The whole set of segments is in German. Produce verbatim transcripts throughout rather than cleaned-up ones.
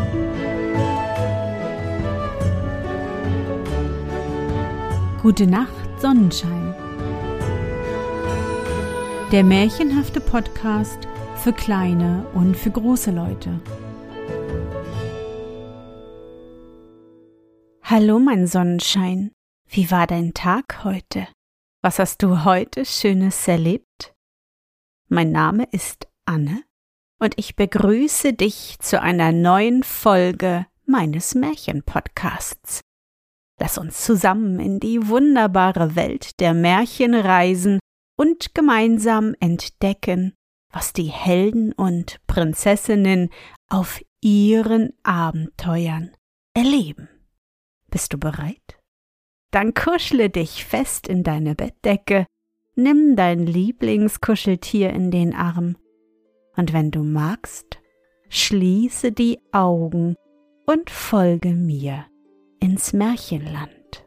Gute Nacht, Sonnenschein. Der märchenhafte Podcast für kleine und für große Leute. Hallo, mein Sonnenschein. Wie war dein Tag heute? Was hast du heute Schönes erlebt? Mein Name ist Anne und ich begrüße dich zu einer neuen Folge meines Märchenpodcasts. Lass uns zusammen in die wunderbare Welt der Märchen reisen und gemeinsam entdecken, was die Helden und Prinzessinnen auf ihren Abenteuern erleben. Bist du bereit? Dann kuschle dich fest in deine Bettdecke, nimm dein Lieblingskuscheltier in den Arm und wenn du magst, schließe die Augen und folge mir ins Märchenland.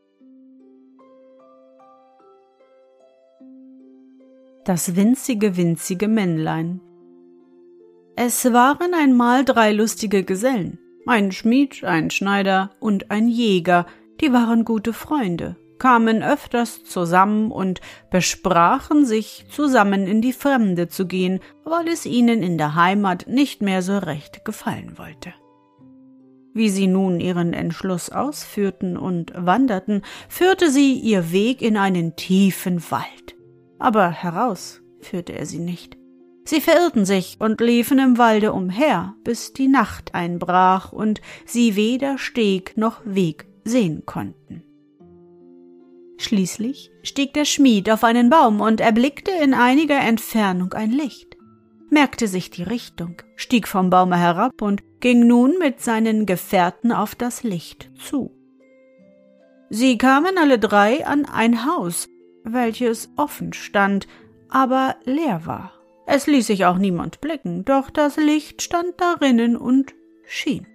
Das winzige, winzige Männlein. Es waren einmal drei lustige Gesellen, ein Schmied, ein Schneider und ein Jäger, die waren gute Freunde, kamen öfters zusammen und besprachen sich, zusammen in die Fremde zu gehen, weil es ihnen in der Heimat nicht mehr so recht gefallen wollte. Wie sie nun ihren Entschluss ausführten und wanderten, führte sie ihr Weg in einen tiefen Wald. Aber heraus führte er sie nicht. Sie verirrten sich und liefen im Walde umher, bis die Nacht einbrach und sie weder Steg noch Weg sehen konnten. Schließlich stieg der Schmied auf einen Baum und erblickte in einiger Entfernung ein Licht, merkte sich die Richtung, stieg vom Baume herab und ging nun mit seinen Gefährten auf das Licht zu. Sie kamen alle drei an ein Haus, welches offen stand, aber leer war. Es ließ sich auch niemand blicken, doch das Licht stand darinnen und schien.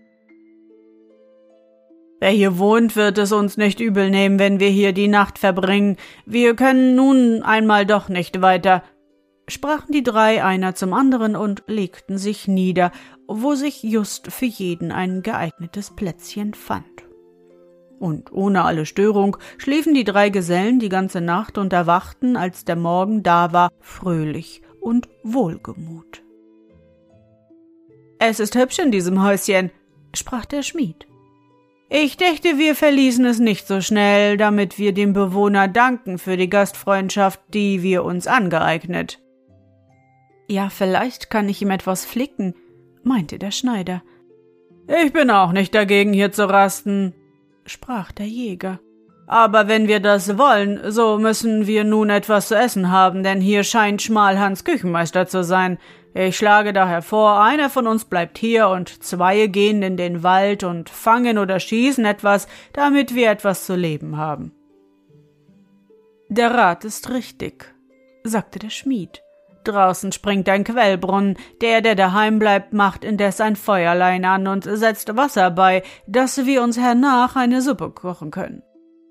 »Wer hier wohnt, wird es uns nicht übel nehmen, wenn wir hier die Nacht verbringen. Wir können nun einmal doch nicht weiter«, sprachen die drei einer zum anderen und legten sich nieder, wo sich just für jeden ein geeignetes Plätzchen fand. Und ohne alle Störung schliefen die drei Gesellen die ganze Nacht und erwachten, als der Morgen da war, fröhlich und wohlgemut. »Es ist hübsch in diesem Häuschen«, sprach der Schmied. »Ich dächte, wir verließen es nicht so schnell, damit wir dem Bewohner danken für die Gastfreundschaft, die wir uns angeeignet.« »Ja, vielleicht kann ich ihm etwas flicken«, meinte der Schneider. »Ich bin auch nicht dagegen, hier zu rasten«, sprach der Jäger. »Aber wenn wir das wollen, so müssen wir nun etwas zu essen haben, denn hier scheint Schmalhans Küchenmeister zu sein. Ich schlage daher vor, einer von uns bleibt hier und zwei gehen in den Wald und fangen oder schießen etwas, damit wir etwas zu leben haben.« »Der Rat ist richtig«, sagte der Schmied. »Draußen springt ein Quellbrunnen, der, der daheim bleibt, macht indes ein Feuerlein an und setzt Wasser bei, dass wir uns hernach eine Suppe kochen können.«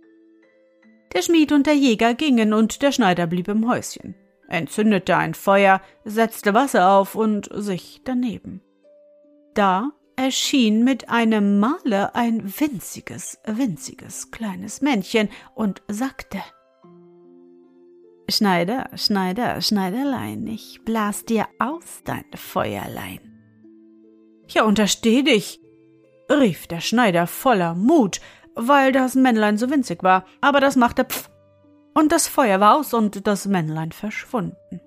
Der Schmied und der Jäger gingen und der Schneider blieb im Häuschen, entzündete ein Feuer, setzte Wasser auf und sich daneben. Da erschien mit einem Male ein winziges, winziges kleines Männchen und sagte: »Schneider, Schneider, Schneiderlein, ich blas dir aus dein Feuerlein.« »Ja, untersteh dich«, rief der Schneider voller Mut, weil das Männlein so winzig war, aber das machte pff, und das Feuer war aus und das Männlein verschwunden.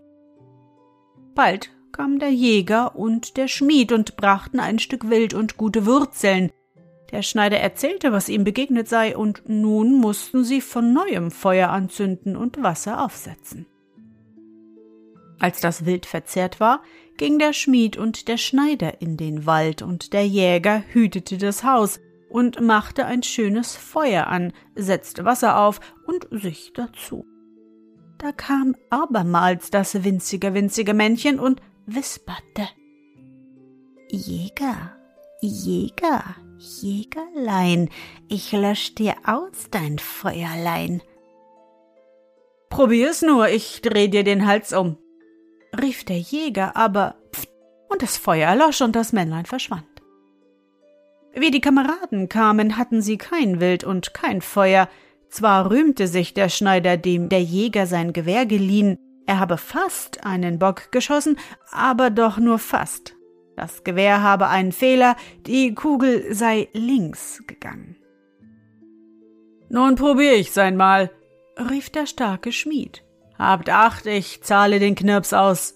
Bald kamen der Jäger und der Schmied und brachten ein Stück Wild und gute Wurzeln. Der Schneider erzählte, was ihm begegnet sei, und nun mussten sie von neuem Feuer anzünden und Wasser aufsetzen. Als das Wild verzehrt war, ging der Schmied und der Schneider in den Wald, und der Jäger hütete das Haus und machte ein schönes Feuer an, setzte Wasser auf und sich dazu. Da kam abermals das winzige, winzige Männchen und wisperte: »Jäger, Jäger, Jägerlein, ich lösch dir aus dein Feuerlein.« »Probier's nur, ich dreh dir den Hals um«, rief der Jäger, aber pft, und das Feuer erlosch und das Männlein verschwand. Wie die Kameraden kamen, hatten sie kein Wild und kein Feuer. Zwar rühmte sich der Schneider, dem der Jäger sein Gewehr geliehen, er habe fast einen Bock geschossen, aber doch nur fast. Das Gewehr habe einen Fehler, die Kugel sei links gegangen. »Nun probier ich's einmal«, rief der starke Schmied. »Habt Acht, ich zahle den Knirps aus.«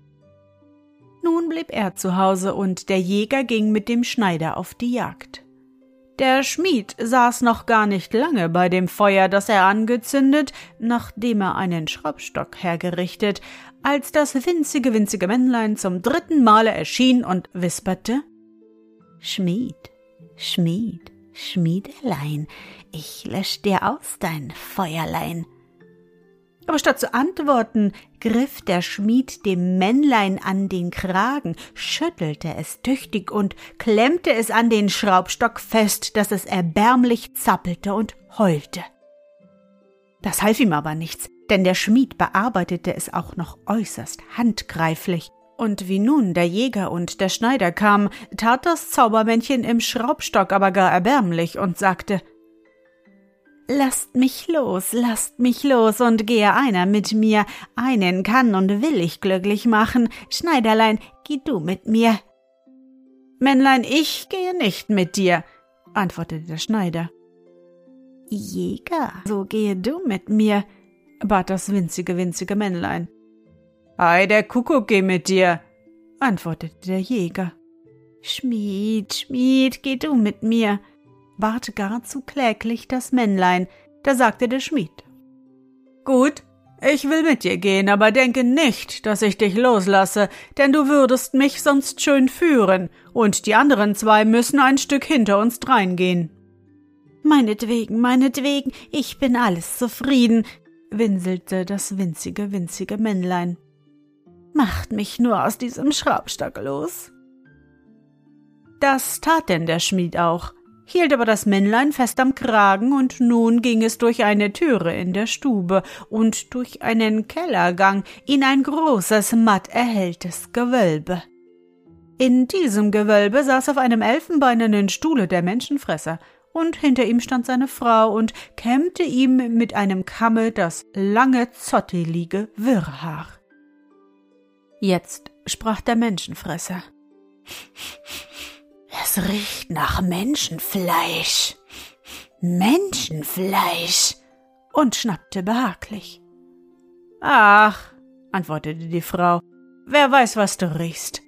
Nun blieb er zu Hause und der Jäger ging mit dem Schneider auf die Jagd. Der Schmied saß noch gar nicht lange bei dem Feuer, das er angezündet, nachdem er einen Schraubstock hergerichtet, als das winzige, winzige Männlein zum dritten Male erschien und wisperte: »Schmied, Schmied, Schmiedelein, ich lösch dir aus dein Feuerlein.« Aber statt zu antworten, griff der Schmied dem Männlein an den Kragen, schüttelte es tüchtig und klemmte es an den Schraubstock fest, dass es erbärmlich zappelte und heulte. Das half ihm aber nichts, denn der Schmied bearbeitete es auch noch äußerst handgreiflich. Und wie nun der Jäger und der Schneider kamen, tat das Zaubermännchen im Schraubstock aber gar erbärmlich und sagte: »Lasst mich los, lasst mich los, und gehe einer mit mir. Einen kann und will ich glücklich machen. Schneiderlein, geh du mit mir.« »Männlein, ich gehe nicht mit dir«, antwortete der Schneider. »Jäger, so gehe du mit mir«, bat das winzige, winzige Männlein. »Ei, der Kuckuck geh mit dir«, antwortete der Jäger. »Schmied, Schmied, geh du mit mir«, bat gar zu kläglich das Männlein. Da sagte der Schmied: »Gut, ich will mit dir gehen, aber denke nicht, dass ich dich loslasse, denn du würdest mich sonst schön führen, und die anderen zwei müssen ein Stück hinter uns drein gehen.« »Meinetwegen, meinetwegen, ich bin alles zufrieden«, winselte das winzige, winzige Männlein. »Macht mich nur aus diesem Schraubstock los.« Das tat denn der Schmied auch, hielt aber das Männlein fest am Kragen, und nun ging es durch eine Türe in der Stube und durch einen Kellergang in ein großes, matt erhelltes Gewölbe. In diesem Gewölbe saß auf einem elfenbeinernen Stuhle der Menschenfresser, und hinter ihm stand seine Frau und kämmte ihm mit einem Kamme das lange, zottelige Wirrhaar. Jetzt sprach der Menschenfresser: »Es riecht nach Menschenfleisch, Menschenfleisch«, und schnappte behaglich. »Ach«, antwortete die Frau, »wer weiß, was du riechst.«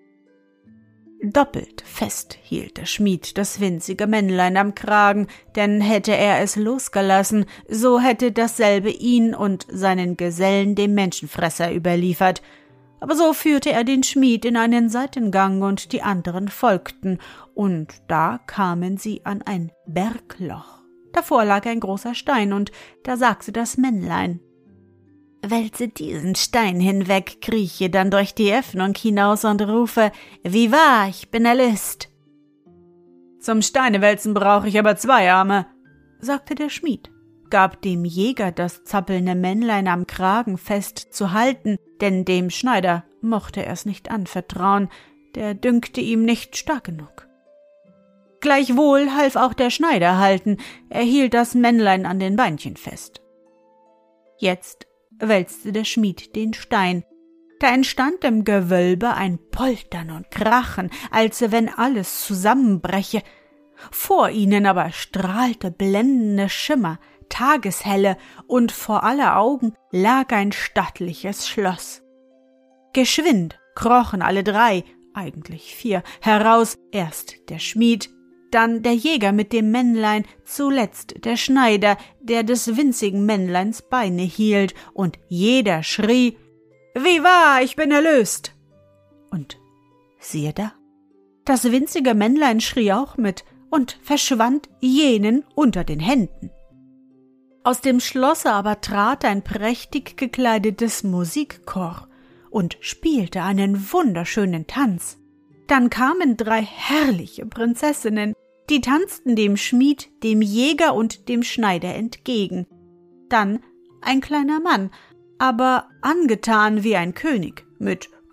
Doppelt fest hielt der Schmied das winzige Männlein am Kragen, denn hätte er es losgelassen, so hätte dasselbe ihn und seinen Gesellen dem Menschenfresser überliefert. Aber so führte er den Schmied in einen Seitengang, und die anderen folgten, und da kamen sie an ein Bergloch. Davor lag ein großer Stein, und da sagte das Männlein: »Wälze diesen Stein hinweg, krieche dann durch die Öffnung hinaus und rufe: Viva, ich bin erlöst.« »Zum Steinewälzen brauche ich aber zwei Arme«, sagte der Schmied, gab dem Jäger das zappelnde Männlein am Kragen fest zu halten, denn dem Schneider mochte er es nicht anvertrauen, der dünkte ihm nicht stark genug. Gleichwohl half auch der Schneider halten, er hielt das Männlein an den Beinchen fest. Jetzt wälzte der Schmied den Stein. Da entstand im Gewölbe ein Poltern und Krachen, als wenn alles zusammenbreche. Vor ihnen aber strahlte blendende Schimmer, Tageshelle, und vor aller Augen lag ein stattliches Schloss. Geschwind krochen alle drei, eigentlich vier, heraus, erst der Schmied, dann der Jäger mit dem Männlein, zuletzt der Schneider, der des winzigen Männleins Beine hielt, und jeder schrie: »Viva, ich bin erlöst!« Und siehe da, das winzige Männlein schrie auch mit und verschwand jenen unter den Händen. Aus dem Schlosse aber trat ein prächtig gekleidetes Musikchor und spielte einen wunderschönen Tanz. Dann kamen drei herrliche Prinzessinnen, die tanzten dem Schmied, dem Jäger und dem Schneider entgegen. Dann ein kleiner Mann, aber angetan wie ein König, mit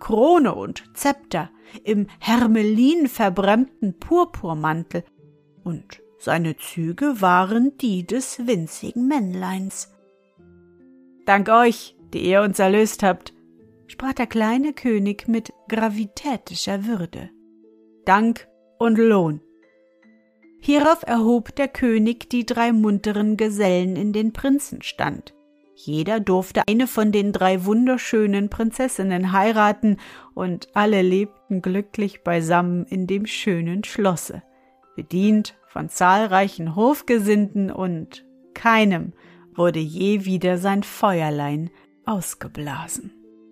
Krone und Zepter, im Hermelin verbrämten Purpurmantel, und seine Züge waren die des winzigen Männleins. »Dank euch, die ihr uns erlöst habt«, sprach der kleine König mit gravitätischer Würde. »Dank und Lohn.« Hierauf erhob der König die drei munteren Gesellen in den Prinzenstand. Jeder durfte eine von den drei wunderschönen Prinzessinnen heiraten, und alle lebten glücklich beisammen in dem schönen Schlosse, bedient von zahlreichen Hofgesinden, und keinem wurde je wieder sein Feuerlein ausgeblasen.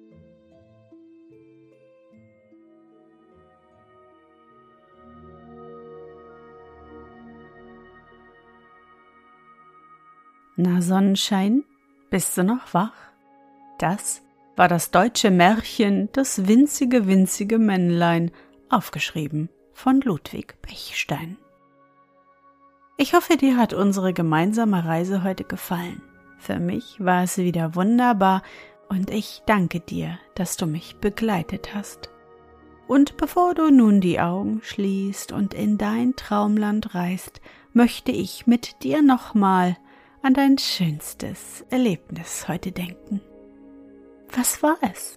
Na Sonnenschein, bist du noch wach? Das war das deutsche Märchen Das winzige, winzige Männlein, aufgeschrieben von Ludwig Pechstein. Ich hoffe, dir hat unsere gemeinsame Reise heute gefallen. Für mich war es wieder wunderbar und ich danke dir, dass du mich begleitet hast. Und bevor du nun die Augen schließt und in dein Traumland reist, möchte ich mit dir nochmal an dein schönstes Erlebnis heute denken. Was war es?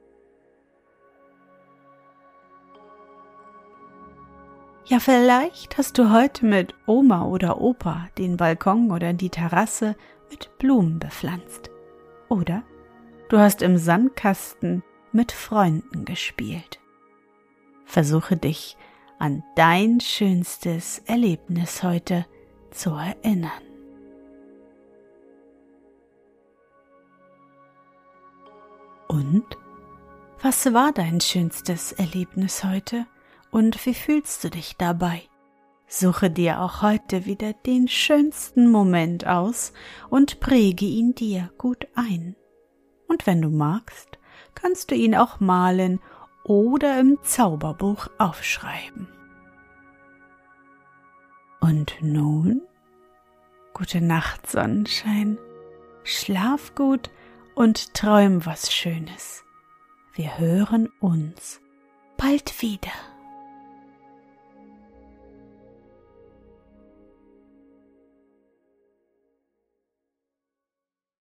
Ja, vielleicht hast du heute mit Oma oder Opa den Balkon oder die Terrasse mit Blumen bepflanzt. Oder du hast im Sandkasten mit Freunden gespielt. Versuche dich an dein schönstes Erlebnis heute zu erinnern. Und was war dein schönstes Erlebnis heute und wie fühlst du dich dabei? Suche dir auch heute wieder den schönsten Moment aus und präge ihn dir gut ein. Und wenn du magst, kannst du ihn auch malen oder im Zauberbuch aufschreiben. Und nun, gute Nacht, Sonnenschein, schlaf gut und träum was Schönes. Wir hören uns bald wieder.